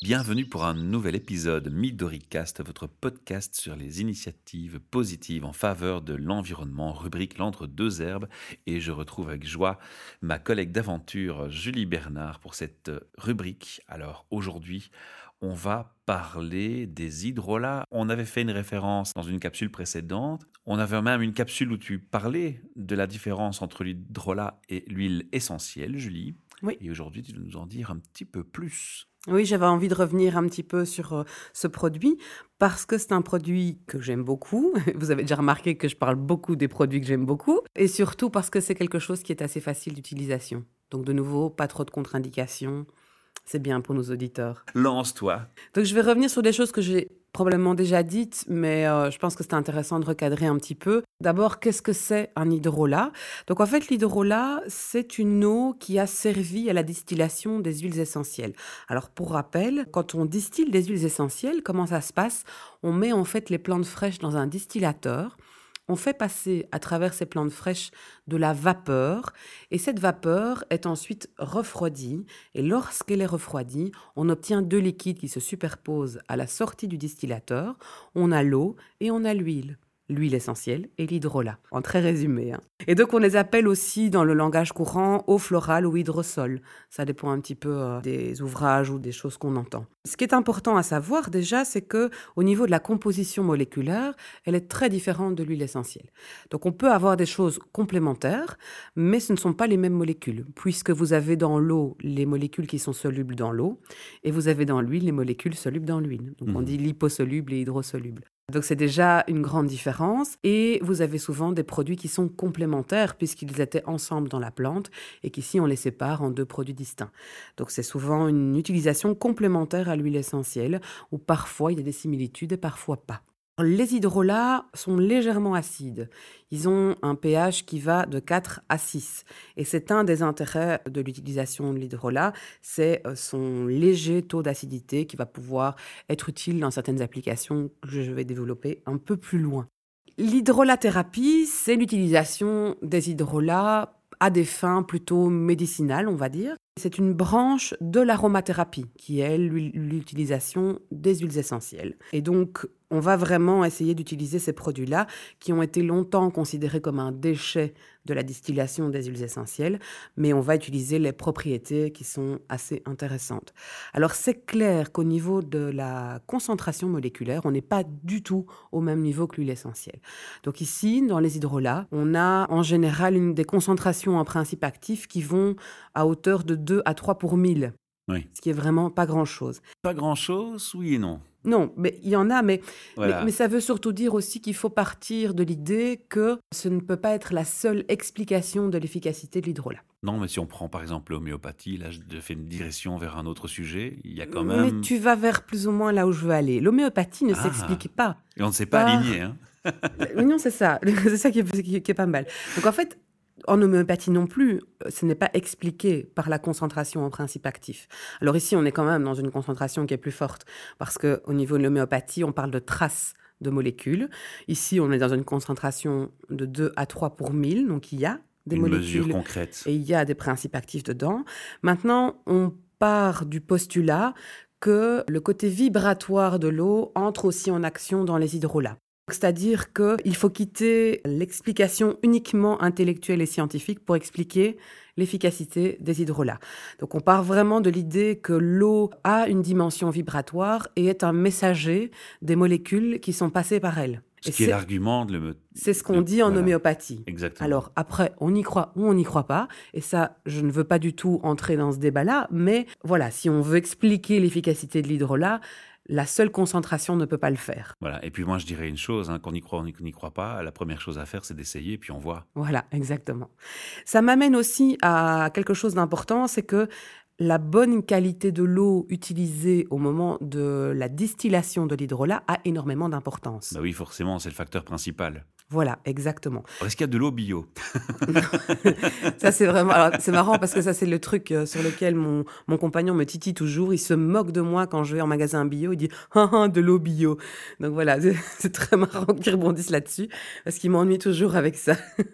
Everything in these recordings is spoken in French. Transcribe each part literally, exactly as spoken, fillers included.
Bienvenue pour un nouvel épisode Midoricast, votre podcast sur les initiatives positives en faveur de l'environnement, rubrique l'entre-deux herbes. Et je retrouve avec joie ma collègue d'aventure Julie Bernard pour cette rubrique. Alors aujourd'hui, on va parler des hydrolats. On avait fait une référence dans une capsule précédente. On avait même une capsule où tu parlais de la différence entre l'hydrolat et l'huile essentielle, Julie. Oui. Et aujourd'hui, tu vas nous en dire un petit peu plus. Oui, j'avais envie de revenir un petit peu sur euh, ce produit parce que c'est un produit que j'aime beaucoup. Vous avez déjà remarqué que je parle beaucoup des produits que j'aime beaucoup. Et surtout parce que c'est quelque chose qui est assez facile d'utilisation. Donc de nouveau, pas trop de contre-indications. C'est bien pour nos auditeurs. Lance-toi. Donc je vais revenir sur des choses que j'ai probablement déjà dites, mais euh, je pense que c'est intéressant de recadrer un petit peu. D'abord, qu'est-ce que c'est un hydrolat? Donc en fait, l'hydrolat, c'est une eau qui a servi à la distillation des huiles essentielles. Alors pour rappel, quand on distille des huiles essentielles, comment ça se passe? On met en fait les plantes fraîches dans un distillateur. On fait passer à travers ces plantes fraîches de la vapeur et cette vapeur est ensuite refroidie et lorsqu'elle est refroidie, on obtient deux liquides qui se superposent à la sortie du distillateur. On a l'eau et on a l'huile. L'huile essentielle et l'hydrolat, en très résumé. Hein. Et donc on les appelle aussi dans le langage courant eau florale ou hydrosol. Ça dépend un petit peu euh, des ouvrages ou des choses qu'on entend. Ce qui est important à savoir déjà, c'est que au niveau de la composition moléculaire, elle est très différente de l'huile essentielle. Donc on peut avoir des choses complémentaires, mais ce ne sont pas les mêmes molécules, puisque vous avez dans l'eau les molécules qui sont solubles dans l'eau, et vous avez dans l'huile les molécules solubles dans l'huile. Donc on Mhm. dit liposolubles et hydrosolubles. Donc c'est déjà une grande différence et vous avez souvent des produits qui sont complémentaires puisqu'ils étaient ensemble dans la plante et qu'ici on les sépare en deux produits distincts. Donc c'est souvent une utilisation complémentaire à l'huile essentielle où parfois il y a des similitudes et parfois pas. Les hydrolats sont légèrement acides. Ils ont un pH qui va de quatre à six. Et c'est un des intérêts de l'utilisation de l'hydrolat, c'est son léger taux d'acidité qui va pouvoir être utile dans certaines applications que je vais développer un peu plus loin. L'hydrolathérapie, c'est l'utilisation des hydrolats à des fins plutôt médicinales, on va dire. C'est une branche de l'aromathérapie qui est l'utilisation des huiles essentielles. Et donc, on va vraiment essayer d'utiliser ces produits-là qui ont été longtemps considérés comme un déchet de la distillation des huiles essentielles, mais on va utiliser les propriétés qui sont assez intéressantes. Alors, c'est clair qu'au niveau de la concentration moléculaire, on n'est pas du tout au même niveau que l'huile essentielle. Donc ici, dans les hydrolats, on a en général une des concentrations en principe actif qui vont à hauteur de deux à trois pour mille, Oui. ce qui est vraiment pas grand-chose. Pas grand-chose, oui et non. Non, mais il y en a, mais, Voilà. mais, mais ça veut surtout dire aussi qu'il faut partir de l'idée que ce ne peut pas être la seule explication de l'efficacité de l'hydrolat. Non, mais si on prend par exemple l'homéopathie, là je fais une digression vers un autre sujet, il y a quand Mais même... tu vas vers plus ou moins là où je veux aller. L'homéopathie ne Ah. s'explique pas. Et on ne s'est pas par- aligné, hein. Mais non, c'est ça. C'est ça qui est, qui- qui est pas mal. Donc en fait, en homéopathie non plus, ce n'est pas expliqué par la concentration en principe actif. Alors ici, on est quand même dans une concentration qui est plus forte, parce qu'au niveau de l'homéopathie, on parle de traces de molécules. Ici, on est dans une concentration de deux à trois pour mille, donc il y a des Une molécules mesure concrète. et il y a des principes actifs dedans. Maintenant, on part du postulat que le côté vibratoire de l'eau entre aussi en action dans les hydrolats. C'est-à-dire qu'il faut quitter l'explication uniquement intellectuelle et scientifique pour expliquer l'efficacité des hydrolats. Donc on part vraiment de l'idée que l'eau a une dimension vibratoire et est un messager des molécules qui sont passées par elle. Ce Et qui est c'est, l'argument de l'homé- c'est ce qu'on le- dit en voilà. homéopathie. Exactement. Alors après, on y croit ou on n'y croit pas, et ça, je ne veux pas du tout entrer dans ce débat-là, mais voilà, si on veut expliquer l'efficacité de l'hydrolat, la seule concentration ne peut pas le faire. Voilà. Et puis moi je dirais une chose, hein, qu'on y croit ou qu'on n'y croit pas, la première chose à faire c'est d'essayer, puis on voit. Voilà, exactement. Ça m'amène aussi à quelque chose d'important, c'est que la bonne qualité de l'eau utilisée au moment de la distillation de l'hydrolat a énormément d'importance. Bah oui, forcément, c'est le facteur principal. Voilà, exactement. Alors, est-ce qu'il y a de l'eau bio? Ça, c'est vraiment alors c'est marrant parce que ça, c'est le truc, heu, sur lequel mon mon compagnon me titille toujours. Il se moque de moi quand je vais en magasin bio. Il dit: «Han han, de l'eau bio». Donc voilà, c'est c'est très marrant qu'il rebondisse là-dessus parce qu'il m'ennuie toujours avec ça.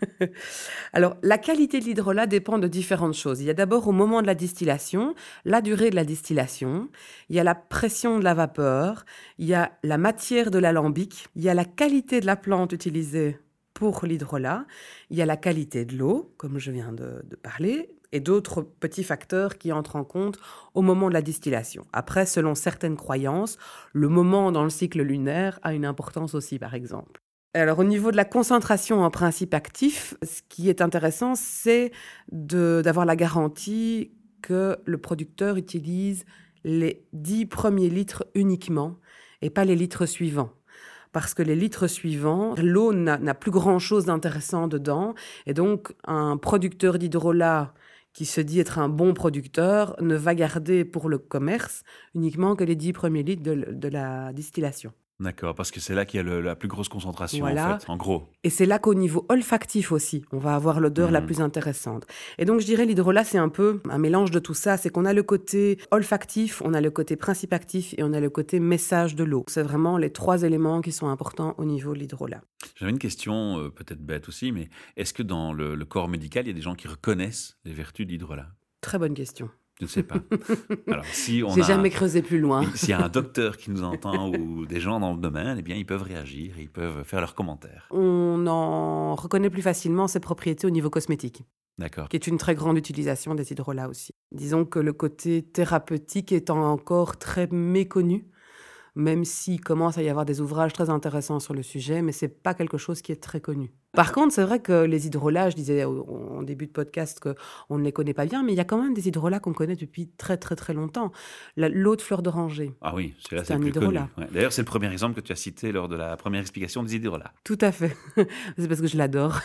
Alors, la qualité de l'hydrolat dépend de différentes choses. Il y a d'abord au moment de la distillation, la durée de la distillation, il y a la pression de la vapeur, il y a la matière de l'alambic, il y a la qualité de la plante utilisée pour l'hydrolat, il y a la qualité de l'eau, comme je viens de, de parler, et d'autres petits facteurs qui entrent en compte au moment de la distillation. Après, selon certaines croyances, le moment dans le cycle lunaire a une importance aussi, par exemple. Alors, au niveau de la concentration en principe actif, ce qui est intéressant, c'est de- d'avoir la garantie que le producteur utilise les dix premiers litres uniquement et pas les litres suivants. Parce que les litres suivants, l'eau n'a n'a plus grand-chose d'intéressant dedans. Et donc, un producteur d'hydrolat qui se dit être un bon producteur ne va garder pour le commerce uniquement que les dix premiers litres de, l- de la distillation. D'accord, parce que c'est là qu'il y a le- la plus grosse concentration, en Voilà. fait, en gros. Et c'est là qu'au niveau olfactif aussi, on va avoir l'odeur la Mhm. plus intéressante. Et donc, je dirais l'hydrolat, c'est un peu un mélange de tout ça. C'est qu'on a le côté olfactif, on a le côté principe actif et on a le côté message de l'eau. C'est vraiment les trois éléments qui sont importants au niveau de l'hydrolat. J'avais une question, euh, peut-être bête aussi, mais est-ce que dans le, le corps médical, il y a des gens qui reconnaissent les vertus de l'hydrolat? Très bonne question. Je ne sais pas. Alors, si on J'ai a, jamais creusé plus loin. oui, s'il y a un docteur qui nous entend ou des gens dans le domaine, eh bien, ils peuvent réagir, ils peuvent faire leurs commentaires. On en reconnaît plus facilement ses propriétés au niveau cosmétique, D'accord. qui est une très grande utilisation des hydrolats aussi. Disons que le côté thérapeutique est encore très méconnu, même s'il commence à y avoir des ouvrages très intéressants sur le sujet, mais c'est pas quelque chose qui est très connu. Par contre, c'est vrai que les hydrolats, je disais au- en début de podcast qu'on ne les connaît pas bien, mais il y a quand même des hydrolats qu'on connaît depuis très très très longtemps. La- L'eau de fleur d'oranger, Ah oui, celui-là, c'est c'est un le plus connu. hydrolat. Ouais. D'ailleurs, c'est le premier exemple que tu as cité lors de la première explication des hydrolats. Tout à fait. C'est parce que je l'adore.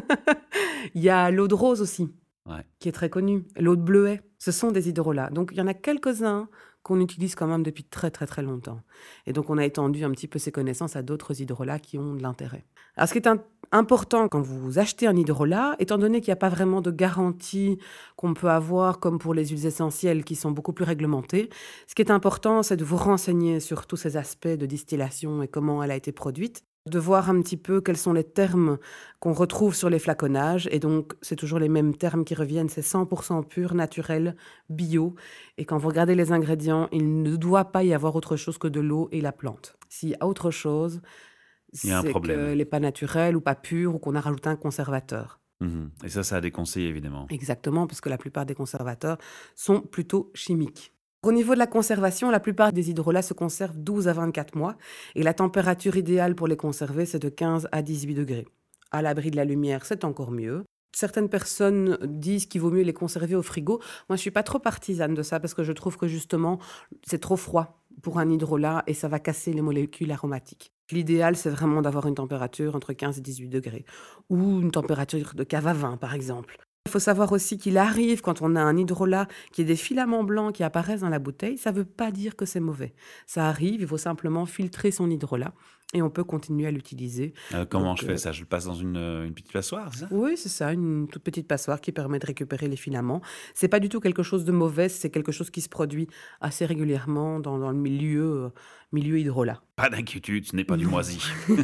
Il y a l'eau de rose aussi, Ouais. qui est très connue. L'eau de bleuet, ce sont des hydrolats. Donc, il y en a quelques-uns qu'on utilise quand même depuis très, très, très longtemps. Et donc, on a étendu un petit peu ces connaissances à d'autres hydrolats qui ont de l'intérêt. Alors, ce qui est un- important quand vous achetez un hydrolat, étant donné qu'il n'y a pas vraiment de garantie qu'on peut avoir comme pour les huiles essentielles qui sont beaucoup plus réglementées, ce qui est important, c'est de vous renseigner sur tous ces aspects de distillation et comment elle a été produite, de voir un petit peu quels sont les termes qu'on retrouve sur les flaconnages. Et donc, c'est toujours les mêmes termes qui reviennent. C'est cent pour cent pur, naturel, bio. Et quand vous regardez les ingrédients, il ne doit pas y avoir autre chose que de l'eau et la plante. S'il y a autre chose, Il y a un c'est problème. qu'elle n'est pas naturelle ou pas pure ou qu'on a rajouté un conservateur. Mhm. Et ça, ça a des conseils, évidemment. Exactement, parce que la plupart des conservateurs sont plutôt chimiques. Au niveau de la conservation, la plupart des hydrolats se conservent douze à vingt-quatre mois et la température idéale pour les conserver, c'est de quinze à dix-huit degrés. À l'abri de la lumière, c'est encore mieux. Certaines personnes disent qu'il vaut mieux les conserver au frigo. Moi, je ne suis pas trop partisane de ça parce que je trouve que justement, c'est trop froid pour un hydrolat et ça va casser les molécules aromatiques. L'idéal, c'est vraiment d'avoir une température entre quinze et dix-huit degrés ou une température de cave à vin, par exemple. Il faut savoir aussi qu'il arrive, quand on a un hydrolat, qu'il y ait des filaments blancs qui apparaissent dans la bouteille. Ça ne veut pas dire que c'est mauvais. Ça arrive, il faut simplement filtrer son hydrolat et on peut continuer à l'utiliser. Euh, comment Donc, je fais euh, ça? Je le passe dans une, euh, une petite passoire, c'est ça? Oui, c'est ça, une toute petite passoire qui permet de récupérer les filaments. C'est pas du tout quelque chose de mauvais, c'est quelque chose qui se produit assez régulièrement dans, dans le milieu, euh, milieu hydrolat. Pas d'inquiétude, ce n'est pas du moisi.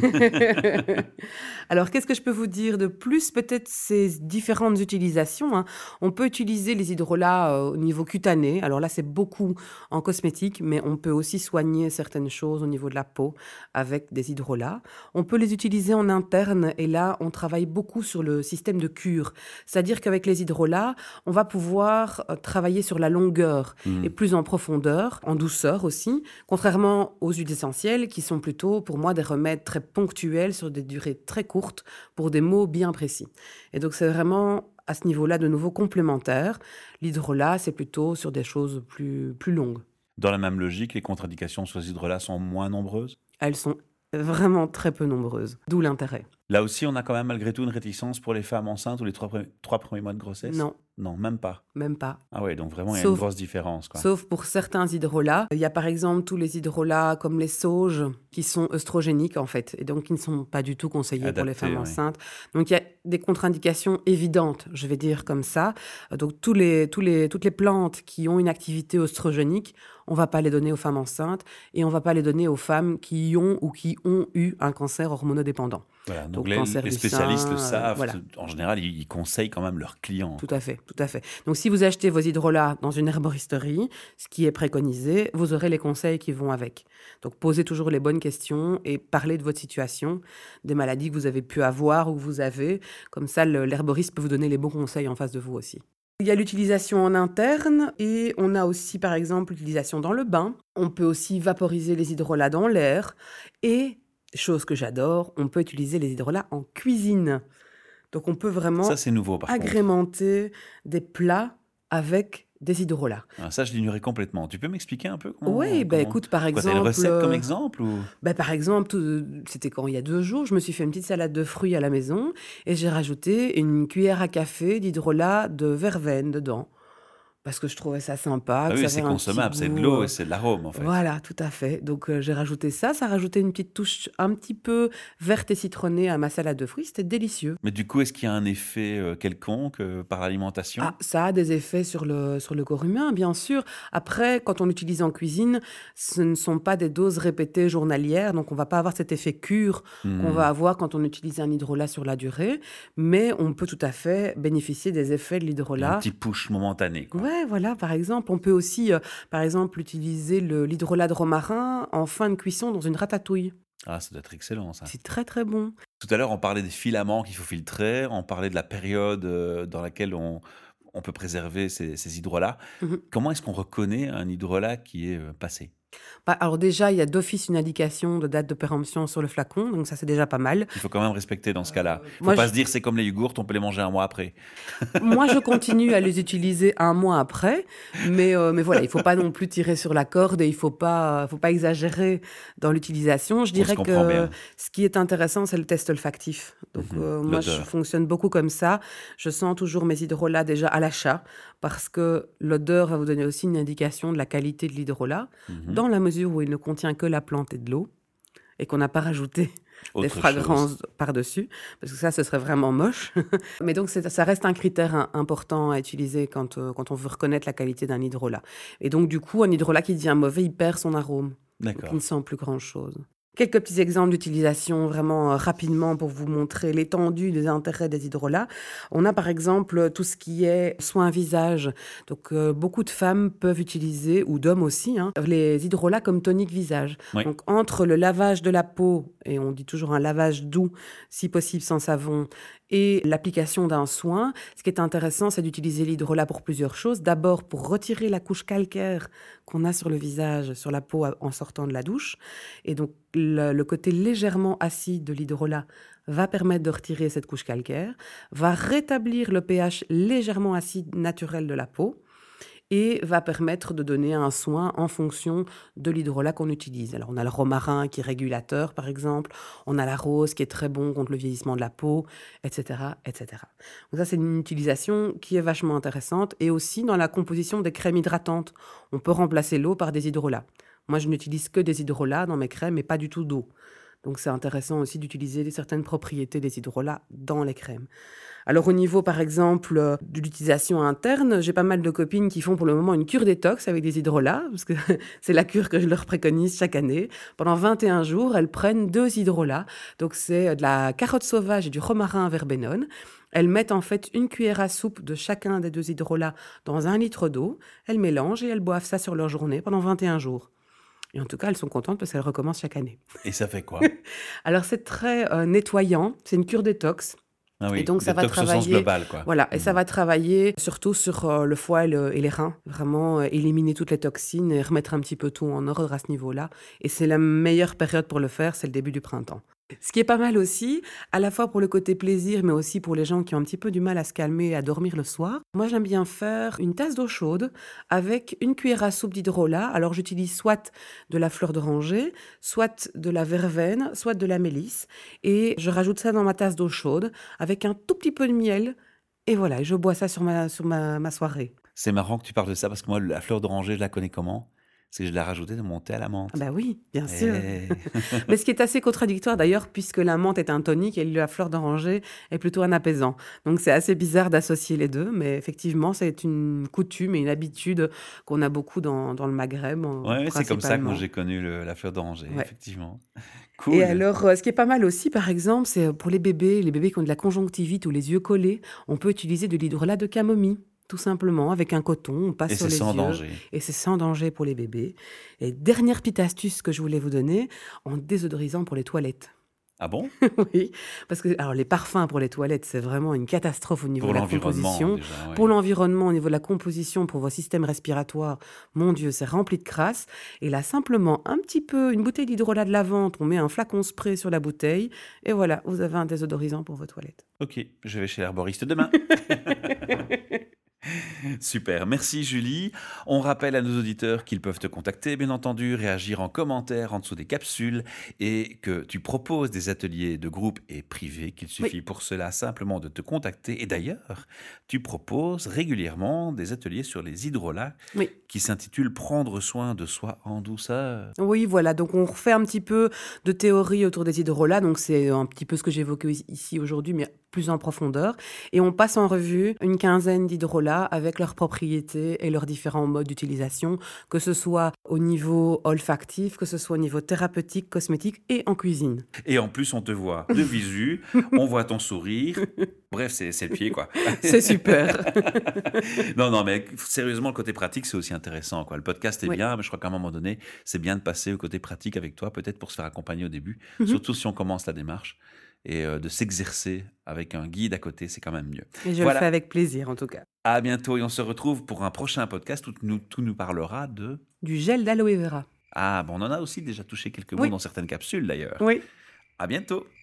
Alors, qu'est-ce que je peux vous dire de plus? Peut-être ces différentes utilisations, hein. On peut utiliser les hydrolats euh, au niveau cutané. Alors là, c'est beaucoup en cosmétique, mais on peut aussi soigner certaines choses au niveau de la peau avec des hydrolats. On peut les utiliser en interne et là, on travaille beaucoup sur le système de cure. C'est-à-dire qu'avec les hydrolats, on va pouvoir euh, travailler sur la longueur Mhm. et plus en profondeur, en douceur aussi, contrairement aux huiles essentielles qui sont plutôt, pour moi, des remèdes très ponctuels sur des durées très courtes pour des maux bien précis. Et donc, c'est vraiment à ce niveau-là de nouveau complémentaire. L'hydrolat, c'est plutôt sur des choses plus, plus longues. Dans la même logique, les contre-indications sur les hydrolats sont moins nombreuses? Elles sont vraiment très peu nombreuses, d'où l'intérêt. Là aussi, on a quand même malgré tout une réticence pour les femmes enceintes ou les trois, pre- trois premiers mois de grossesse? Non, Non, même pas. même pas. Ah ouais, donc vraiment, il y a une Sauf grosse différence, quoi. Sauf pour certains hydrolats. Il y a par exemple tous les hydrolats comme les sauges qui sont œstrogéniques en fait et donc qui ne sont pas du tout conseillés pour les Adapté, femmes oui. enceintes. Donc il y a des contre-indications évidentes, je vais dire comme ça. Euh, Donc tous les, tous les, toutes les plantes qui ont une activité œstrogénique, on va pas les donner aux femmes enceintes et on va pas les donner aux femmes qui ont ou qui ont eu un cancer hormonodépendant. Voilà, donc Donc les, cancer les du spécialistes sein, le euh, savent. voilà. En général, ils, ils conseillent quand même leurs clients, Tout quoi. à fait, tout à fait. Donc, si vous achetez vos hydrolats dans une herboristerie, ce qui est préconisé, vous aurez les conseils qui vont avec. Donc, posez toujours les bonnes questions et parlez de votre situation, des maladies que vous avez pu avoir ou que vous avez. Comme ça, le- l'herboriste peut vous donner les bons conseils en face de vous aussi. Il y a l'utilisation en interne et on a aussi, par exemple, l'utilisation dans le bain. On peut aussi vaporiser les hydrolats dans l'air et, chose que j'adore, on peut utiliser les hydrolats en cuisine. Donc, on peut Ça, vraiment c'est nouveau, par contre. agrémenter des plats avec des hydrolats. Ah, ça, je l'ignorais complètement. Tu peux m'expliquer un peu comment... Oui, ben comment... écoute, par Quoi, t'as une exemple, recette comme euh, exemple ou... ben, par exemple, tout- c'était quand il y a deux jours, je me suis fait une petite salade de fruits à la maison et j'ai rajouté une cuillère à café d'hydrolat de verveine dedans parce que je trouvais ça sympa, Ah que oui, ça c'est avait un petit consommable, c'est de goût. l'eau euh, et c'est de l'arôme, en fait. Voilà, tout à fait. Donc euh, j'ai rajouté ça, ça rajoutait une petite touche un petit peu verte et citronnée à ma salade de fruits, c'était délicieux. Mais du coup, est-ce qu'il y a un effet euh, quelconque euh, par l'alimentation? Ah, ça a des effets sur le, sur le corps humain, bien sûr. Après, quand on l'utilise en cuisine, ce ne sont pas des doses répétées journalières, donc on va pas avoir cet effet cure qu'on Hmm. va avoir quand on utilise un hydrolat sur la durée, mais on peut tout à fait bénéficier des effets de Il y a un l'hydrolat. petit push momentané, quoi. Ouais, voilà, par exemple, on peut aussi, euh, par exemple, utiliser le- l'hydrolat de romarin en fin de cuisson dans une ratatouille. Ah, ça doit être excellent, ça. C'est très très bon. Tout à l'heure, on parlait des filaments qu'il faut filtrer, on parlait de la période euh, dans laquelle on, on peut préserver ces, ces hydrolats. Mhm. Comment est-ce qu'on reconnaît un hydrolat qui est euh, passé? Bah, alors déjà, il y a d'office une indication de date de péremption sur le flacon, donc ça c'est déjà pas mal. Il faut quand même respecter dans ce cas-là. Il ne faut Moi, pas je- se dire c'est comme les yogourts, on peut les manger un mois après. Moi, je continue à les utiliser un mois après, mais, euh, mais voilà, il faut pas non plus tirer sur la corde et il faut pas, faut pas exagérer dans l'utilisation. Je On se dirais comprend que bien. ce qui est intéressant, c'est le test olfactif. Donc, Mhm. euh, moi, je L'odeur. fonctionne beaucoup comme ça. Je sens toujours mes hydrolats déjà à l'achat parce que l'odeur va vous donner aussi une indication de la qualité de l'hydrolat, Mhm. dans la mesure où il ne contient que la plante et de l'eau et qu'on n'a pas rajouté des Autre fragrances chose. par-dessus, parce que ça, ce serait vraiment moche. Mais donc, c'est- ça reste un critère im- important à utiliser quand, euh, quand on veut reconnaître la qualité d'un hydrolat. Et donc, du coup, un hydrolat qui devient mauvais, il perd son arôme. Donc, il D'accord. ne sent plus grand-chose. Quelques petits exemples d'utilisation vraiment euh, rapidement pour vous montrer l'étendue des intérêts des hydrolats. On a par exemple tout ce qui est soins visage. Donc euh, beaucoup de femmes peuvent utiliser, ou d'hommes aussi, hein, les hydrolats comme tonique visage. Oui. Donc entre le lavage de la peau, et on dit toujours un lavage doux, si possible sans savon, et l'application d'un soin, ce qui est intéressant, c'est d'utiliser l'hydrolat pour plusieurs choses. D'abord pour retirer la couche calcaire qu'on a sur le visage, sur la peau à- en sortant de la douche. Et donc, le, le côté légèrement acide de l'hydrolat va permettre de retirer cette couche calcaire, va rétablir le pH légèrement acide naturel de la peau et va permettre de donner un soin en fonction de l'hydrolat qu'on utilise. Alors, on a le romarin qui est régulateur, par exemple. On a la rose qui est très bon contre le vieillissement de la peau, et cetera, et cetera. Donc ça, c'est une utilisation qui est vachement intéressante. Et aussi dans la composition des crèmes hydratantes. On peut remplacer l'eau par des hydrolats. Moi, je n'utilise que des hydrolats dans mes crèmes et pas du tout d'eau. Donc, c'est intéressant aussi d'utiliser certaines propriétés des hydrolats dans les crèmes. Alors, au niveau, par exemple, euh, de l'utilisation interne, j'ai pas mal de copines qui font pour le moment une cure détox avec des hydrolats, parce que c'est la cure que je leur préconise chaque année. Pendant vingt et un jours, elles prennent deux hydrolats. Donc, c'est de la carotte sauvage et du romarin verbenone. Elles mettent en fait une cuillère à soupe de chacun des deux hydrolats dans un litre d'eau. Elles mélangent et elles boivent ça sur leur journée pendant vingt et un jours. Et en tout cas, elles sont contentes parce qu'elles recommencent chaque année. Et ça fait quoi? Alors, c'est très euh, nettoyant. C'est une cure détox. Ah oui, Et donc, ça va détox au sens travailler- global, quoi. Voilà, et ça Mhm. va travailler surtout sur euh, le foie et, le- et les reins. Vraiment euh, éliminer toutes les toxines et remettre un petit peu tout en ordre à ce niveau-là. Et c'est la meilleure période pour le faire, c'est le début du printemps. Ce qui est pas mal aussi, à la fois pour le côté plaisir, mais aussi pour les gens qui ont un petit peu du mal à se calmer et à dormir le soir. Moi, j'aime bien faire une tasse d'eau chaude avec une cuillère à soupe d'hydrolat. Alors, j'utilise soit de la fleur d'oranger, soit de la verveine, soit de la mélisse. Et je rajoute ça dans ma tasse d'eau chaude avec un tout petit peu de miel. Et voilà, et je bois ça sur ma, sur ma, ma soirée. C'est marrant que tu parles de ça parce que moi, la fleur d'oranger, je la connais comment? C'est que je l'ai rajoutée dans mon thé à la Ah menthe. bah oui, bien sûr. Eh. Mais ce qui est assez contradictoire d'ailleurs, puisque la menthe est un tonique et la fleur d'oranger est plutôt un apaisant. Donc c'est assez bizarre d'associer les deux, mais effectivement, c'est une coutume et une habitude qu'on a beaucoup dans, dans le Maghreb, euh, Ouais, c'est comme ça que moi principalement. j'ai connu le- la fleur d'oranger, Ouais. effectivement. Et Cool. alors, euh, ce qui est pas mal aussi, par exemple, c'est euh, pour les bébés, les bébés qui ont de la conjonctivite ou les yeux collés, on peut utiliser de l'hydrolat de camomille, tout simplement, avec un coton, on passe Et sur c'est les sans yeux, danger. et c'est sans danger pour les bébés. Et dernière petite astuce que je voulais vous donner, en désodorisant pour les toilettes. Ah bon? Oui, parce que alors les parfums pour les toilettes, c'est vraiment une catastrophe au niveau Pour de la l'environnement, composition. déjà, Pour oui. l'environnement, au niveau de la composition, pour vos systèmes respiratoires, mon Dieu, c'est rempli de crasse. Et là, simplement, un petit peu, une bouteille d'hydrolat de lavande, on met un flacon spray sur la bouteille, et voilà, vous avez un désodorisant pour vos toilettes. Ok, je vais chez l'herboriste demain. Super, merci Julie. On rappelle à nos auditeurs qu'ils peuvent te contacter, bien entendu, réagir en commentaire en dessous des capsules et que tu proposes des ateliers de groupe et privés, qu'il Oui, suffit pour cela simplement de te contacter. Et d'ailleurs, tu proposes régulièrement des ateliers sur les hydrolats oui. qui s'intitulent Prendre soin de soi en douceur. Oui, voilà, donc on refait un petit peu de théorie autour des hydrolats, donc c'est un petit peu ce que j'ai évoqué ici aujourd'hui, mais plus en profondeur. Et on passe en revue une quinzaine d'hydrolats avec leurs propriétés et leurs différents modes d'utilisation, que ce soit au niveau olfactif, que ce soit au niveau thérapeutique, cosmétique et en cuisine. Et en plus, on te voit de visu, on voit ton sourire. Bref, c'est c'est le pied, quoi. C'est super. Non, non, mais sérieusement, le côté pratique, c'est aussi intéressant, quoi. Le podcast est Oui. bien, mais je crois qu'à un moment donné, c'est bien de passer au côté pratique avec toi, peut-être pour se faire accompagner au début, Mhm. surtout si on commence la démarche, et euh, de s'exercer avec un guide à côté, c'est quand même mieux. Et je le fais Voilà, avec plaisir, en tout cas. à bientôt, et on se retrouve pour un prochain podcast où nous, tout nous parlera de... Du gel d'aloe vera. Ah, bon, on en a aussi déjà touché quelques mots Oui, dans certaines capsules, d'ailleurs. oui. À bientôt.